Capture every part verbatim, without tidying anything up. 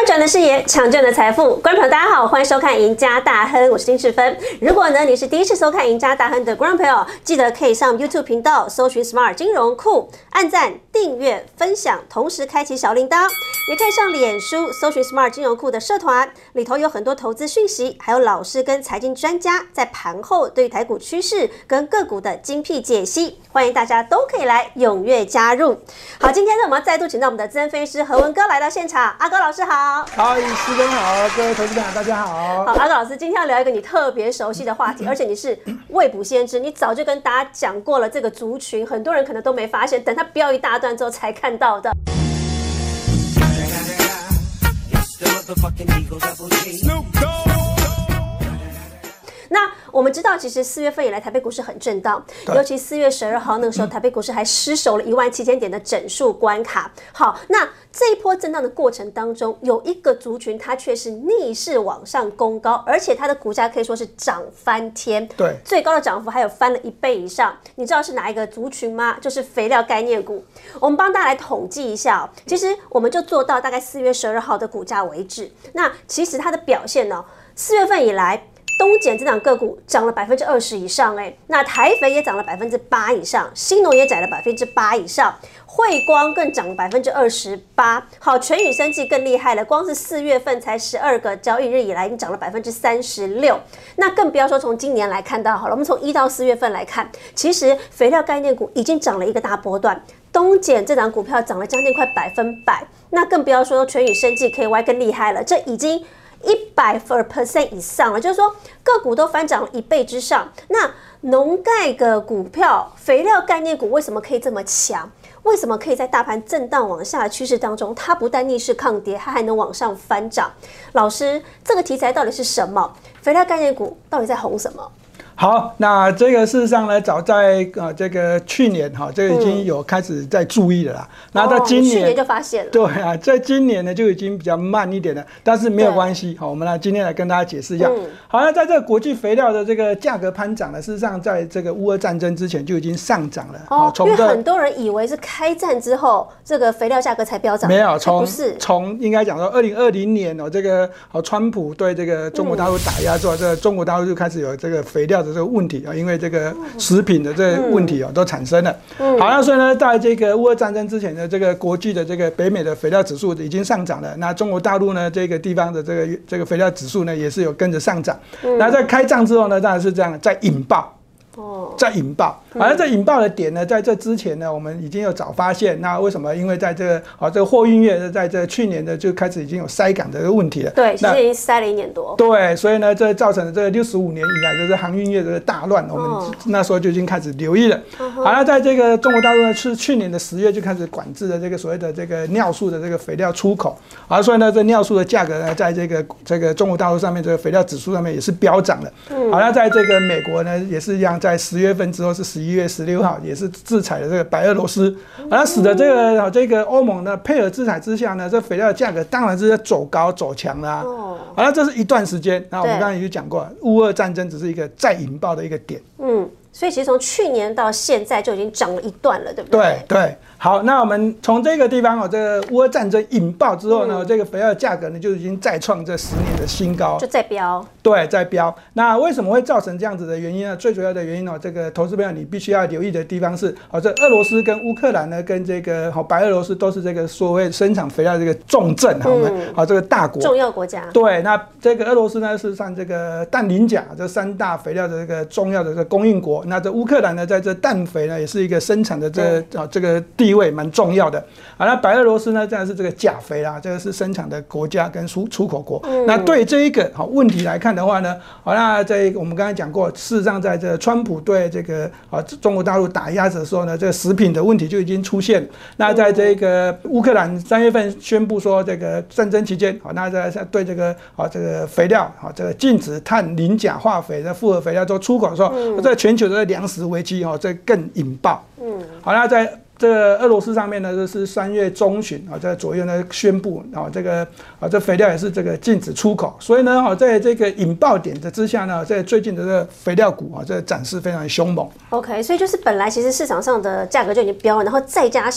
翻转的视野，抢救的财富。观众朋友，大家好，欢迎收看《赢家大亨》，我是丁世芬。如果呢你是第一次收看《赢家大亨》的观众朋友，记得可以上 YouTube 频道搜寻 Smart 金融库，按赞、订阅、分享，同时开启小铃铛。也可以上脸书搜寻 Smart 金融库的社团，里头有很多投资讯息，还有老师跟财经专家在盘后对台股趋势跟个股的精辟解析，欢迎大家都可以来踊跃加入。好，今天呢我们要再度请到我们的资深分析师何文哥来到现场，阿高老师好。 好，师哥好，各位投资朋友大家好。 好，阿高老师，今天要聊一个你特别熟悉的话题，而且你是未卜先知，你早就跟大家讲过了这个族群，很多人可能都没发现，等他飙一大段之后才看到的。那我们知道，其实四月份以来，台北股市很震荡，尤其四月十二号那个时候，台北股市还失守了一万七千点的整数关卡。好，那这一波震荡的过程当中，有一个族群它却是逆势往上攻高，而且它的股价可以说是涨翻天， 对， 最高的涨幅还有翻了一倍以上。你知道是哪一个族群吗？就是肥料概念股。我们帮大家来统计一下哦，其实我们就做到大概四月十二号的股价为止。那其实它的表现呢，四月份以来，东碱这档个股涨了百分之二十以上，哎，那台肥也涨了百分之八以上，新农也涨了百分之八以上，汇光更涨了百分之二十八。好，全宇生技更厉害了，光是四月份才十二个交易日以来，已经涨了百分之三十六。那更不要说从今年来看到好了，我们从一到四月份来看，其实肥料概念股已经涨了一个大波段。东碱这档股票涨了将近快百分百，那更不要说全宇生技 K Y 更厉害了，这已经一百 percent 以上了，就是说个股都翻涨了一倍之上。那农钙的股票、肥料概念股为什么可以这么强？为什么可以在大盘震荡往下的趋势当中，它不但逆势抗跌，它还能往上翻涨？老师，这个题材到底是什么？肥料概念股到底在红什么？ 好，那这个事实上呢，早在呃这个去年哈，这个已经有开始在注意了啦。那、嗯、到今年、 哦、去年就发现了。 对啊，在今年呢就已经比较慢一点了，但是没有关系。好，我们来今天来跟大家解释一下。嗯、好，那在这个国际肥料的这个价格攀涨呢，事实上在这个乌俄战争之前就已经上涨了。 哦，因为很多人以为是开战之后这个肥料价格才飙涨， 没有，从不是从应该讲说二零二零年哦，这个好川普对这个中国大陆打压之后，嗯、这个中国大陆就开始有这个肥料的这个问题啊，因为这个食品的这个问题哦都产生了。嗯、好，那所以呢，在这个乌俄战争之前呢，这个国际的这个北美的肥料指数已经上涨了。那中国大陆呢，这个地方的这个这个肥料指数呢，也是有跟着上涨。嗯、那在开战之后呢，当然是这样，在引爆。哦，在引爆，好像这引爆的点呢，在这之前呢，我们已经有早发现。那为什么？因为在这个啊，这个货运业在这去年的就开始已经有塞港的问题了。 对，其实已经塞了一年多。 对，所以呢，这造成了这六十五年以来的这航运业的大乱，我们那时候就已经开始留意了。哦、好，那在这个中国大陆呢，是去年的十月就开始管制的这个所谓的这个尿素的这个肥料出口。啊，所以呢，这尿素的价格呢，在这个这个中国大陆上面这个肥料指数上面也是飙涨了。嗯，好，那在这个美国呢，也是一样。在十月份之后是十一月十六号，也是制裁了这个白俄罗斯，而使得这个这个欧盟呢配合制裁之下呢，这肥料的价格当然是走高走强啦、啊。哦，好了，这是一段时间。那我们刚才也就讲过，乌俄战争只是一个再引爆的一个点。嗯， 所以其实从去年到现在就已经涨了一段了，对不对？ 对对。好，那我们从这个地方哦，这个乌俄战争引爆之后呢，嗯、这个肥料的价格呢就已经再创这十年的新高， 就在飙。 对，在飙。那为什么会造成这样子的原因呢？最主要的原因哦，这个投资朋友你必须要留意的地方是，哦，这俄罗斯跟乌克兰呢，跟这个好白俄罗斯都是这个所谓生产肥料这个重镇，好、嗯，好这个大国， 重要国家。 对，那这个俄罗斯呢是像这个氮磷钾这三大肥料的这个重要的这个供应国。那这乌克兰呢，在这氮肥呢也是一个生产的这啊、哦、这个地位蛮重要的。好，那白俄罗斯呢，当然是这个钾肥啦，这个是生产的国家跟出出口国。嗯、那对这一个好问题来看的话呢，好，那在我们刚才讲过，事实上在这川普对这个啊中国大陆打压的时候呢，这个食品的问题就已经出现。那在这个乌克兰三月份宣布说，这个战争期间，好，那在对这个啊这个肥料啊这个禁止碳磷钾化肥的复合肥料做出口的时候，嗯、在全球的粮食危机哦，这更引爆。嗯，好，那在这个俄罗斯上面呢，就是三月中旬啊，在左右呢宣布啊，这个啊这肥料也是这个禁止出口，所以呢，哈，在这个引爆点的之下呢，在最近的这个肥料股啊，这个涨势非常凶猛。 OK， 所以就是本来其实市场上的价格就已经飙了，然后再加上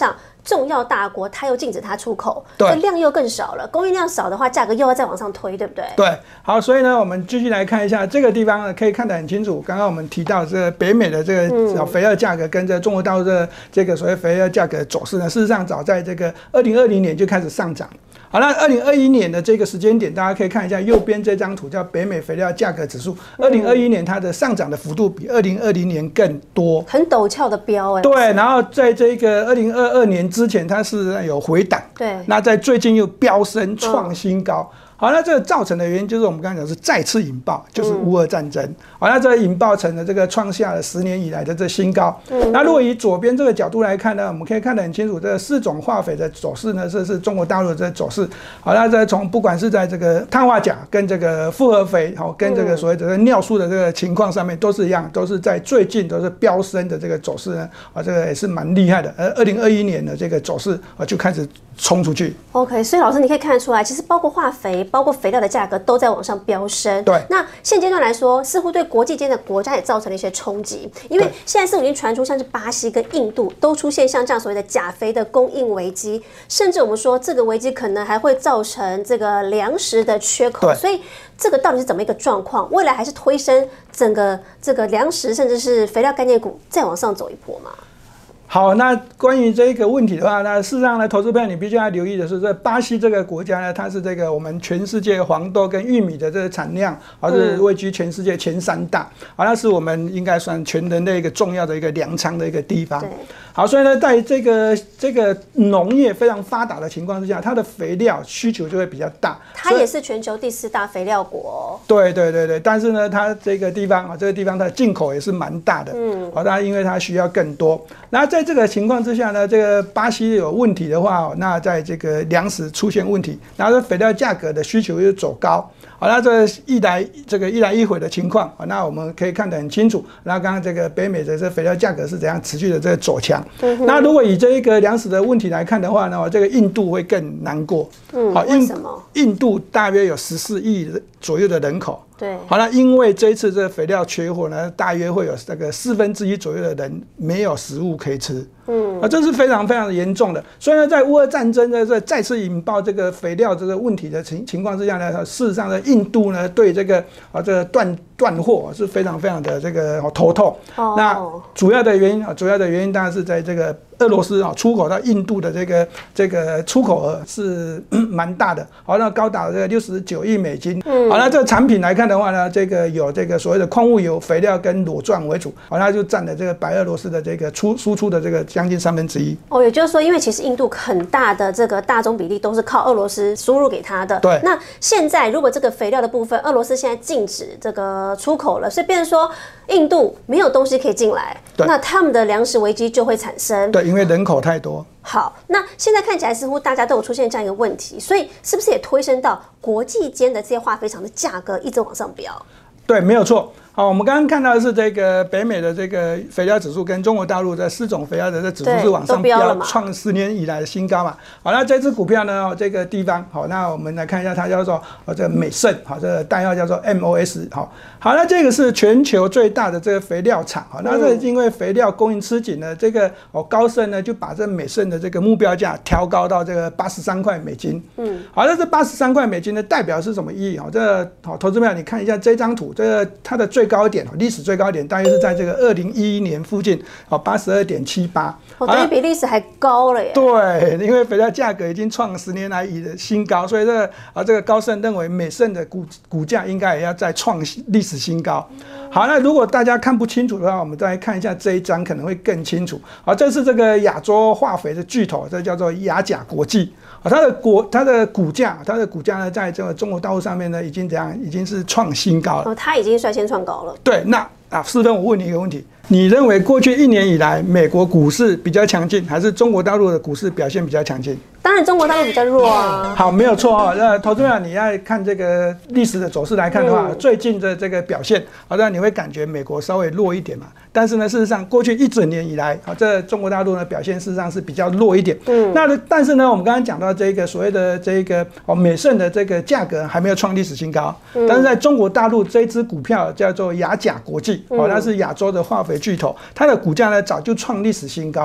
重要大国，它又禁止它出口， 对， 量又更少了，供应量少的话，价格又要再往上推，对不对？ 对，好，所以呢，我们继续来看一下这个地方呢，可以看得很清楚。刚刚我们提到这个北美的这个肥料价格跟这中国大陆的这个所谓肥料价格走势呢，事实上早在这个二零二零年就开始上涨。好，那二零二一年的这个时间点，大家可以看一下右边这张图，叫北美肥料价格指数。二零二一年它的上涨的幅度比二零二零年更多， 很陡峭的飙哎。 对，然后在这个二零二二年之前，它是有回档， 对， 那在最近又飙升创新高。嗯，好，那这个造成的原因就是我们刚才讲是再次引爆，就是乌俄战争。嗯，好，那这个引爆成了这个创下了十年以来的这新高。嗯，那如果以左边这个角度来看呢，我们可以看得很清楚，这个四种化肥的走势呢，这是中国大陆的这个走势。好，那这从不管是在这个碳化钾跟这个复合肥，好，跟这个所谓的尿素的这个情况上面都是一样，都是在最近都是飙升的这个走势呢。啊，这个也是蛮厉害的。而二零二一年的这个走势啊，就开始冲出去。 OK， 所以老师你可以看得出来，其实包括化肥、包括肥料的价格都在往上飙升。 对， 那现阶段来说，似乎对国际间的国家也造成了一些冲击，因为现在似乎已经传出像是巴西跟印度都出现像这样所谓的钾肥的供应危机，甚至我们说这个危机可能还会造成这个粮食的缺口。所以这个到底是怎么一个状况？未来还是推升整个这个粮食甚至是肥料概念股再往上走一波吗？ 好，那关于这个问题的话，那事实上呢，投资朋友你必须要留意的是，这巴西这个国家呢，它是这个我们全世界黄豆跟玉米的这个产量，而是位居全世界前三大，好，那是我们应该算全人类一个重要的一个粮仓的一个地方。好，所以呢，在这个这个农业非常发达的情况之下，它的肥料需求就会比较大。 它也是全球第四大肥料国。 对对对对，但是呢，它这个地方啊，这个地方它的进口也是蛮大的。嗯，好，它因为它需要更多。那在这个情况之下呢，这个巴西有问题的话，那在这个粮食出现问题，然后肥料价格的需求又走高。好，那这一来这个一来一回的情况，那我们可以看得很清楚。那刚刚这个北美的这肥料价格是怎样持续的这个走强。嗯，那如果以这一个粮食的问题来看的话呢，这个印度会更难过。 嗯，好，为什么？ 印度大约有十四亿左右的人口。 对， 好了，因为这一次这个肥料缺货呢，大约会有这个四分之一左右的人没有食物可以吃。嗯，啊，这是非常非常严重的。所以呢，在乌俄战争的这再次引爆这个肥料这个问题的情情况之下呢，事实上呢，印度呢对这个啊这个断断货是非常非常的这个头痛。哦，那主要的原因啊，主要的原因当然是在这个俄罗斯啊出口到印度的这个这个出口额是蛮大的，好，那高达这个六十九亿美金。嗯，好，那这个产品来看的话呢，这个有这个所谓的矿物油、肥料跟裸钻为主，好，那就占了这个白俄罗斯的这个出输出的这个将近三分之一。 哦，也就是说，因为其实印度很大的这个大宗比例都是靠俄罗斯输入给它的。 对。 那现在如果这个肥料的部分，俄罗斯现在禁止这个出口了，所以变成说印度没有东西可以进来，那他们的粮食危机就会产生。 对，因为人口太多。 好，那现在看起来似乎大家都有出现这样一个问题，所以是不是也推升到国际间的这些化肥厂的价格一直往上飙？ 对，没有错。好，我们刚刚看到的是这个北美的这个肥料指数跟中国大陆的四种肥料的这指数是往上飙，创十年以来的新高嘛。好，那这支股票呢，这个地方好，那我们来看一下，它叫做呃这个美盛，好，这个代号叫做 M O S， 好，好，那这个是全球最大的这个肥料厂，好，那这因为肥料供应吃紧呢，这个哦高盛呢就把这美盛的这个目标价调高到这个八十三块美金，嗯，好，那这八十三块美金呢代表是什么意义？好，这个好，投资朋友你看一下这张图，这个它的最高点，历史最高点大约是在这个二零一一年附近，哦，八十二点七八， 哦，等于比历史还高了耶。 对，因为肥料价格已经创十年来以的新高，所以这个啊，这个高盛认为美盛的股股价应该也要再创历史新高。好，那如果大家看不清楚的话，我们再来看一下这一张，可能会更清楚。好，这是这个亚洲化肥的巨头，这叫做亚钾国际。它的国它的股价，它的股价呢，在这个中国大陆上面呢，已经怎样？已经是创新高了。 哦，它已经率先创高了。 对，那啊，思芬，我问你一个问题。你认为过去一年以来，美国股市比较强劲，还是中国大陆的股市表现比较强劲？ 当然，中国大陆比较弱啊。 好，没有错啊。那投资者你要看这个历史的走势来看的话，嗯、最近的这个表现，好，那你会感觉美国稍微弱一点嘛？但是呢，事实上过去一整年以来，好，这中国大陆呢表现事实上是比较弱一点。嗯。那但是呢，我们刚刚讲到这个所谓的这个哦美盛的这个价格还没有创历史新高，嗯、但是在中国大陆这一支股票叫做亚钾国际，哦，那是亚洲的化肥巨头，它的股价呢早就创历史新高了。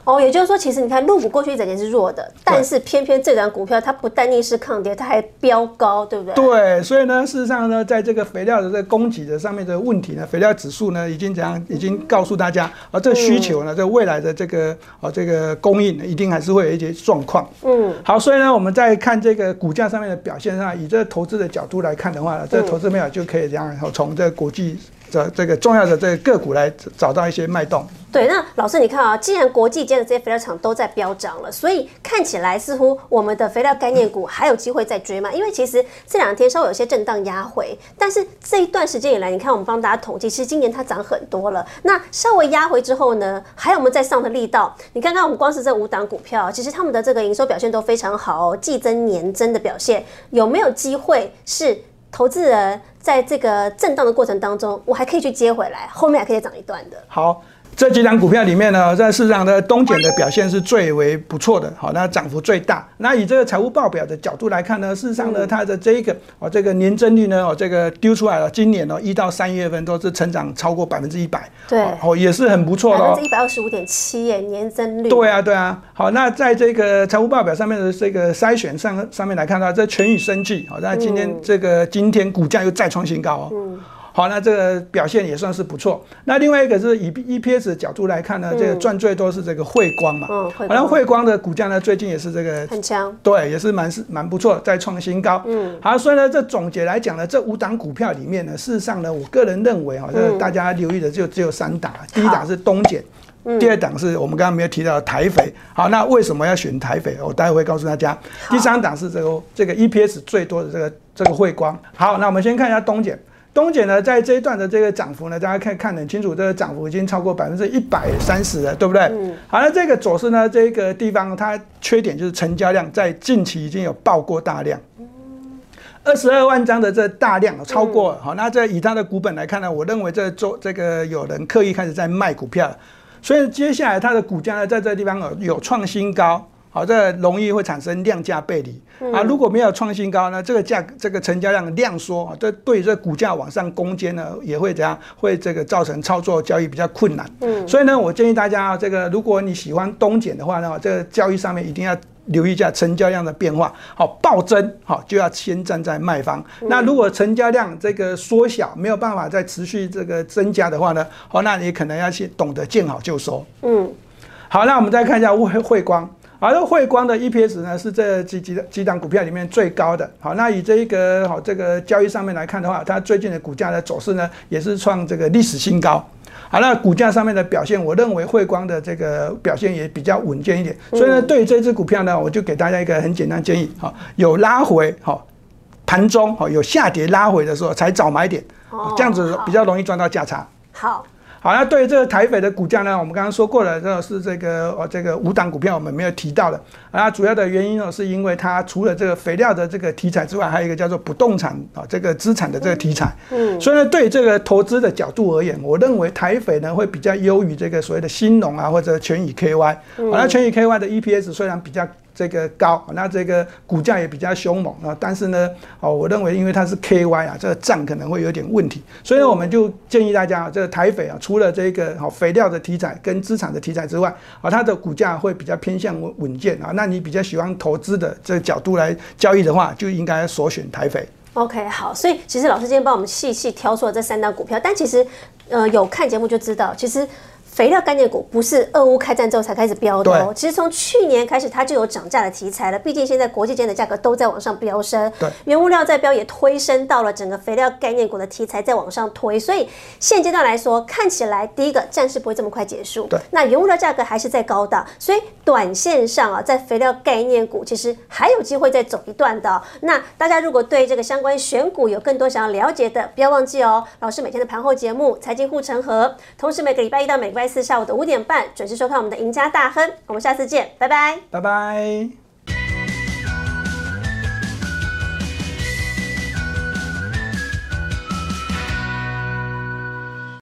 哦，也就是说，其实你看，陆股过去一整年是弱的，但是偏偏这档股票它不但逆势抗跌，它还飙高，对不对？ 对，所以呢，事实上呢，在这个肥料的这个供给的上面的问题呢，肥料指数呢已经怎样，已经告诉大家，而这个需求呢，这未来的这个啊这个供应一定还是会有一些状况。嗯，好，所以呢，我们在看这个股价上面的表现上，以这个投资的角度来看的话呢，这个投资朋友就可以这样从这个国际这这个重要的这个个股来找到一些脉动。 对，那老师你看啊，既然国际间的这些肥料厂都在飙涨了，所以看起来似乎我们的肥料概念股还有机会再追嘛？因为其实这两天稍微有些震荡压回，但是这一段时间以来，你看我们帮大家统计，其实今年它涨很多了。那稍微压回之后呢，还有没有再上的力道？你看看我们光是这五档股票，其实他们的这个营收表现都非常好哦，季增年增的表现，有没有机会是投资人在这个震荡的过程当中，我还可以去接回来，后面还可以再涨一段的？ 好。这几档股票里面呢，在市场的东碱的表现是最为不错的，好，那涨幅最大。那以这个财务报表的角度来看呢，事实上呢，它的这一个哦，这个年增率呢，哦，这个丢出来了，今年哦一到三月份都是成长超过百分之一百， 对， 哦，也是很不错的， 百分之一百二十五点七耶，年增率。 对啊，对啊。好，那在这个财务报表上面的这个筛选上上面来看到，这全宇生技，好，那今天这个今天股价又再创新高哦。嗯，好，那这个表现也算是不错。那另外一个是以 E P S 的角度来看呢，嗯、这个赚最多是这个汇光嘛。嗯，好像汇光的股价呢，最近也是这个很强， 对，也是蛮蛮不错，再创新高。嗯，好，所以呢，这总结来讲呢，这五档股票里面呢，事实上呢，我个人认为哈，这个大家留意的就只有三档，嗯、第一档是东碱。第二档是我们刚刚没有提到的台肥，好，那为什么要选台肥？我待会会告诉大家。第三档是这个这个 E P S 最多的这个这个汇光。好，那我们先看一下东碱。东碱呢，在这一段的这个涨幅呢，大家可以看得很清楚，这个涨幅已经超过百分之一百三十了，对不对？嗯。好，那这个走势呢，这个地方它缺点就是成交量在近期已经有爆过大量。二十二万张的这大量超过，好，那这以它的股本来看呢，我认为这周这个有人刻意开始在卖股票了。所以接下来它的股价呢，在这个地方有有创新高，好，这容易会产生量价背离、嗯、啊。如果没有创新高呢，这个价这个成交量量缩啊，这对这股价往上攻坚呢，也会怎样？会这个造成操作交易比较困难。嗯，所以呢，我建议大家这个，如果你喜欢东碱的话呢，这个交易上面一定要留意一下成交量的变化，好，暴增，好，就要先站在卖方。嗯、那如果成交量这个缩小，没有办法再持续这个增加的话呢，好，那你可能要先懂得见好就收。嗯，好，那我们再看一下汇汇光。好，那汇光的 E P S 呢是这几几几档股票里面最高的。好，那以这一个好这个交易上面来看的话，它最近的股价的走势呢也是创这个历史新高。好，那股价上面的表现，我认为汇光的这个表现也比较稳健一点。所以呢，对于这支股票呢，我就给大家一个很简单建议：好，有拉回，好，盘中好有下跌拉回的时候才早买点，哦、这样子比较容易赚到价差。 好。 好，那对于这个台肥的股价呢，我们刚刚说过了，这是这个呃这个五档股票我们没有提到的。啊，主要的原因呢，是因为它除了这个肥料的这个题材之外，还有一个叫做不动产啊这个资产的这个题材。嗯，所以呢，对于这个投资的角度而言，我认为台肥呢会比较优于这个所谓的兴农啊或者全宇 K Y。嗯，那全宇 K Y 的 E P S 虽然比较这个高，那这个股价也比较凶猛啊，但是呢，哦，我认为因为它是 K Y 啊，这个账可能会有点问题，所以呢，我们就建议大家，这个台肥啊，除了这个好肥料的题材跟资产的题材之外，啊，它的股价会比较偏向稳稳健啊。那你比较喜欢投资的这个角度来交易的话，就应该首选台肥。 OK， 好，所以其实老师今天帮我们细细挑出了这三档股票，但其实，呃，有看节目就知道，其实。肥料概念股不是俄乌开战之后才开始飙的哦，其实从去年开始它就有涨价的题材了。毕竟现在国际间的价格都在往上飙升，原物料在飙也推升到了整个肥料概念股的题材在往上推，所以现阶段来说，看起来第一个战事不会这么快结束，那原物料价格还是在高档，所以短线上啊，在肥料概念股其实还有机会再走一段的哦。那大家如果对这个相关选股有更多想要了解的，不要忘记哦，老师每天的盘后节目财经护城河，同时每个礼拜一到每个礼拜四下午的五点半准时收看我们的赢家大亨，我们下次见，拜拜， 拜拜。